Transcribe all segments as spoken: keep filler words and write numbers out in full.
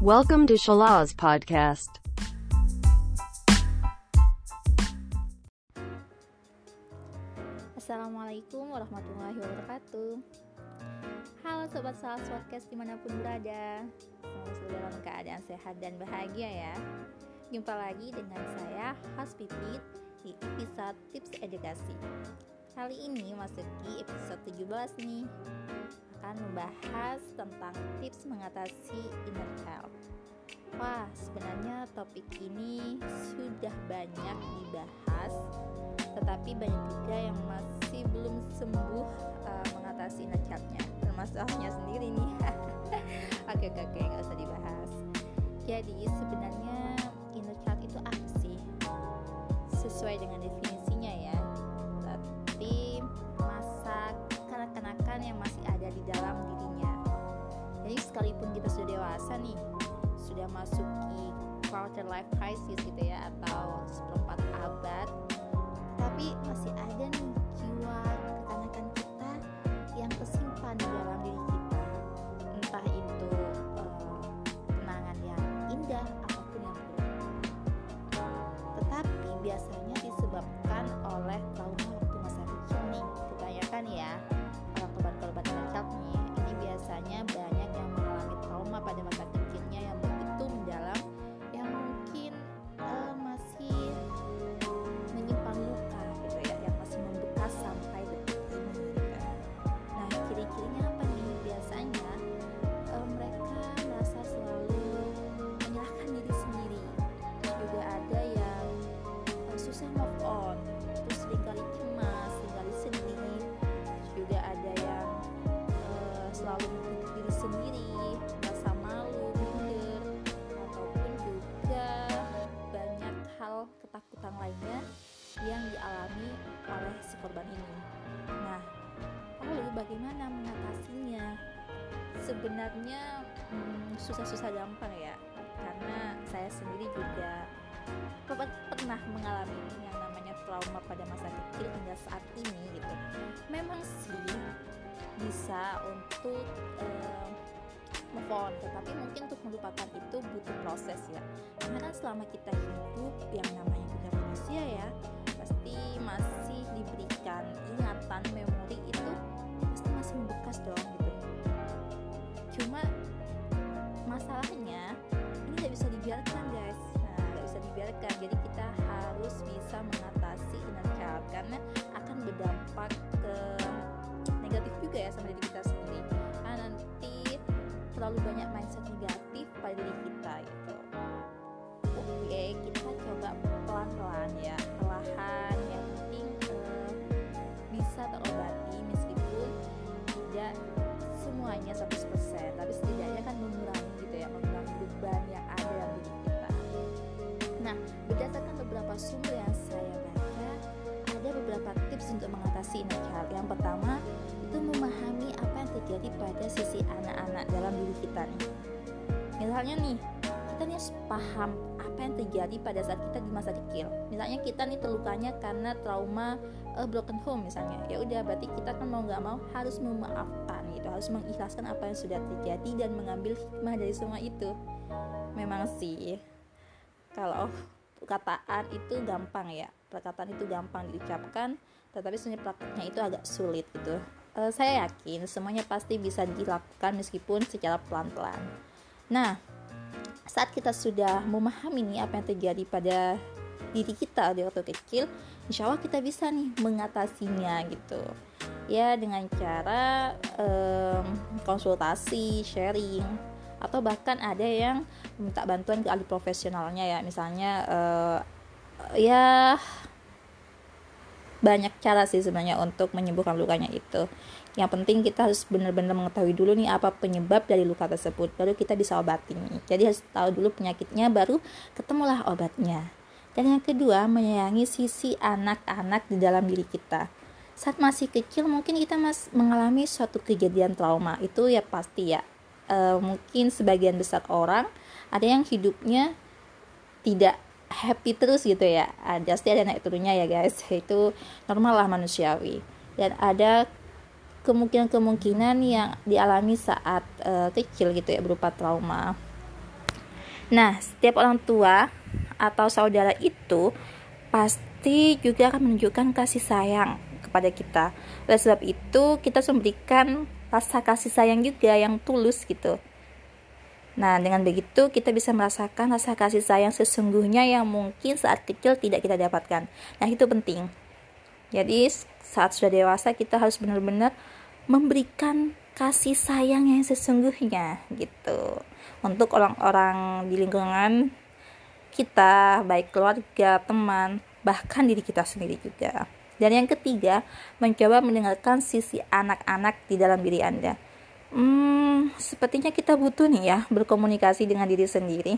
Welcome to Shalaz Podcast. Assalamualaikum warahmatullahi wabarakatuh. Halo Sobat Shalaz Podcast dimanapun berada, semoga selalu dalam keadaan sehat dan bahagia ya. Jumpa lagi dengan saya Has Pipit di episode Tips Edukasi. Kali ini masuki episode tujuh belas nih, akan membahas tentang tips mengatasi inner child. Wah, sebenarnya topik ini sudah banyak dibahas, tetapi banyak juga yang masih belum sembuh uh, mengatasi inner child-nya, termasuk Hasnya sendiri nih. Oke oke oke, nggak usah dibahas. Jadi sebenarnya inner child itu apa sih? Sesuai dengan definisinya ya, tapi masa kanak-kanakan yang masih ada di dalam dirinya. Jadi sekalipun kita sudah dewasa nih, sudah masuki quarter life crisis gitu ya, atau seperempat abad, tapi masih ada nih jiwa kekanakan kita yang tersimpan di dalam diri kita, entah itu uh, kenangan yang indah ataupun yang buruk. Tetapi biasanya disebabkan oleh trauma waktu masa kecil nih. Kebanyakan ya para korban-korban inner child nih, ini biasanya banyak yang mengalami trauma pada masa kecilnya yang begitu mendalam, yang mungkin uh, masih menyimpan luka gitu ya, yang masih membekas sampai detik ini gitu. Nah, ciri-cirinya apa nih? Biasanya uh, mereka merasa selalu menyalahkan diri sendiri. Terus juga ada yang uh, susah move on, terus seringkali cemas, seringkali sedih. Terus juga ada yang uh, selalu mengkritik diri sendiri, merasa malu, minder, ataupun juga banyak hal ketakutan lainnya yang dialami oleh si korban ini. Nah, lalu bagaimana mengatasinya? Sebenarnya hmm, susah-susah gampang ya, karena saya sendiri juga pernah mengalami yang namanya trauma pada masa kecil hingga saat ini gitu. Memang sih bisa untuk uh, move on, tetapi mungkin untuk melupakan itu butuh proses ya. Karena kan selama kita hidup, yang namanya kita manusia ya, pasti masih diberikan ingatan, memori itu pasti masih membekas dong gitu. Cuma masalahnya ini tidak bisa dibiarkan guys. Nah, tidak bisa dibiarkan. Jadi kita harus bisa mengatasi inner child, karena akan berdampak ke negatif juga ya sama diri kita sendiri. Nah, nanti terlalu banyak mindset negatif pada diri kita gitu. Oke, kita coba pelan-pelan ya, perlahan, yang penting uh, bisa terobati meskipun tidak semuanya seratus persen, tapi setidaknya kan mengurangi gitu ya, mengurangi beban yang ada dalam diri kita. Nah, berdasarkan beberapa sumber yang saya baca, ada beberapa tips untuk mengatasi inner child. Yang pertama, itu memahami apa yang terjadi pada sisi anak-anak dalam diri kita nih. Misalnya nih, kita nih harus paham apa yang terjadi pada saat kita di masa kecil. Misalnya kita nih terlukanya karena trauma uh, broken home misalnya. Ya udah, berarti kita kan mau nggak mau harus memaafkan gitu, harus mengikhlaskan apa yang sudah terjadi dan mengambil hikmah dari semua itu. Memang sih kalau perkataan itu gampang ya, perkataan itu gampang diucapkan, tetapi sebenarnya prakteknya itu agak sulit gitu. Uh, saya yakin semuanya pasti bisa dilakukan meskipun secara pelan-pelan. Nah, saat kita sudah memahami nih apa yang terjadi pada diri kita di waktu kecil, insya Allah kita bisa nih mengatasinya gitu ya, dengan cara um, konsultasi, sharing, atau bahkan ada yang minta bantuan ke ahli profesionalnya ya. Misalnya uh, ya banyak cara sih sebenarnya untuk menyembuhkan lukanya itu. Yang penting kita harus benar-benar mengetahui dulu nih apa penyebab dari luka tersebut, baru kita bisa obati nih. Jadi harus tahu dulu penyakitnya, baru ketemulah obatnya. Dan yang kedua, menyayangi sisi anak-anak di dalam diri kita. Saat masih kecil mungkin kita masih mengalami suatu kejadian trauma, itu ya pasti ya. E, mungkin sebagian besar orang ada yang hidupnya tidak happy terus gitu ya, ada pasti ada naik turunnya ya guys, itu normal lah, manusiawi. Dan ada kemungkinan-kemungkinan yang dialami saat uh, kecil gitu ya, berupa trauma. Nah, setiap orang tua atau saudara itu pasti juga akan menunjukkan kasih sayang kepada kita. Oleh sebab itu, kita harus memberikan rasa kasih sayang juga yang tulus gitu. Nah, dengan begitu kita bisa merasakan rasa kasih sayang sesungguhnya yang mungkin saat kecil tidak kita dapatkan. Nah, itu penting. Jadi, saat sudah dewasa kita harus benar-benar memberikan kasih sayang yang sesungguhnya gitu. Untuk orang-orang di lingkungan kita, baik keluarga, teman, bahkan diri kita sendiri juga. Dan yang ketiga, mencoba mendengarkan sisi anak-anak di dalam diri Anda. Hmm, sepertinya kita butuh nih ya berkomunikasi dengan diri sendiri.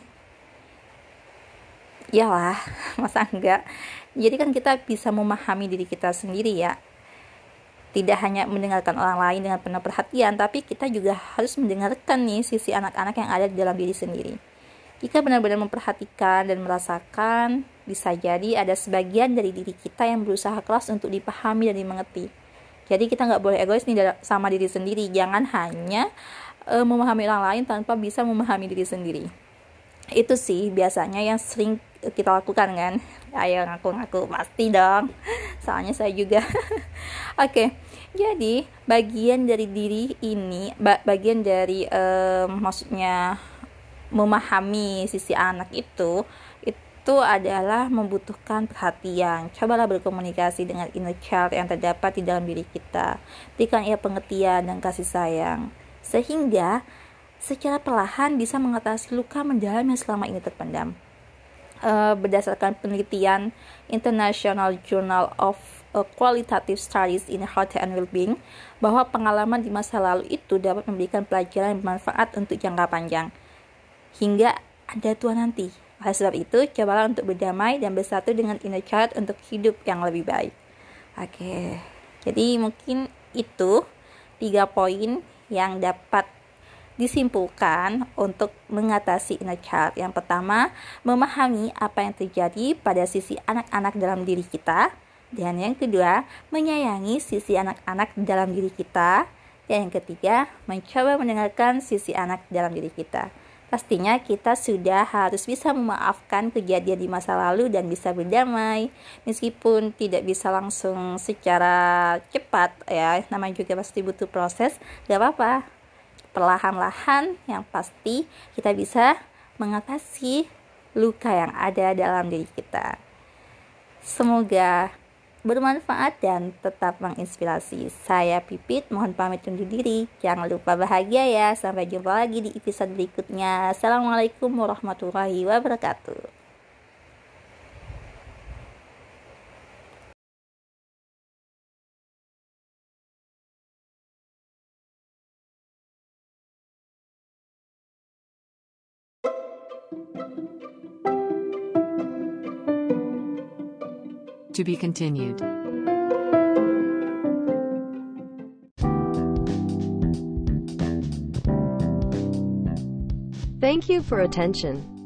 Iyalah, masa enggak? Jadi kan kita bisa memahami diri kita sendiri ya. Tidak hanya mendengarkan orang lain dengan penuh perhatian, tapi kita juga harus mendengarkan nih sisi anak-anak yang ada di dalam diri sendiri. Jika benar-benar memperhatikan dan merasakan, bisa jadi ada sebagian dari diri kita yang berusaha keras untuk dipahami dan dimengerti. Jadi kita nggak boleh egois nih sama diri sendiri. Jangan hanya e, memahami orang lain tanpa bisa memahami diri sendiri. Itu sih biasanya yang sering kita lakukan kan. Ayo ngaku-ngaku, pasti dong. Soalnya saya juga. Oke, okay. Jadi bagian dari diri ini, bagian dari e, maksudnya memahami sisi anak itu itu adalah membutuhkan perhatian. Cobalah berkomunikasi dengan inner child yang terdapat di dalam diri kita. Berikan ia pengertian dan kasih sayang sehingga secara perlahan bisa mengatasi luka mendalam yang selama ini terpendam. Uh, berdasarkan penelitian International Journal of uh, Qualitative Studies in Health and Wellbeing, bahwa pengalaman di masa lalu itu dapat memberikan pelajaran yang bermanfaat untuk jangka panjang hingga ada tua nanti. Oleh sebab itu, cobalah untuk berdamai dan bersatu dengan inner child untuk hidup yang lebih baik. Oke, jadi mungkin itu tiga poin yang dapat disimpulkan untuk mengatasi inner child. Yang pertama, memahami apa yang terjadi pada sisi anak-anak dalam diri kita. Dan yang kedua, menyayangi sisi anak-anak dalam diri kita. Dan yang ketiga, mencoba mendengarkan sisi anak dalam diri kita. Pastinya kita sudah harus bisa memaafkan kejadian di masa lalu dan bisa berdamai. Meskipun tidak bisa langsung secara cepat ya, namanya juga pasti butuh proses. Gak apa-apa, perlahan-lahan yang pasti kita bisa mengatasi luka yang ada dalam diri kita. Semoga bermanfaat dan tetap menginspirasi. Saya Pipit, mohon pamit undur diri. Jangan lupa bahagia ya. Sampai jumpa lagi di episode berikutnya. Assalamualaikum warahmatullahi wabarakatuh. To be continued. Thank you for attention.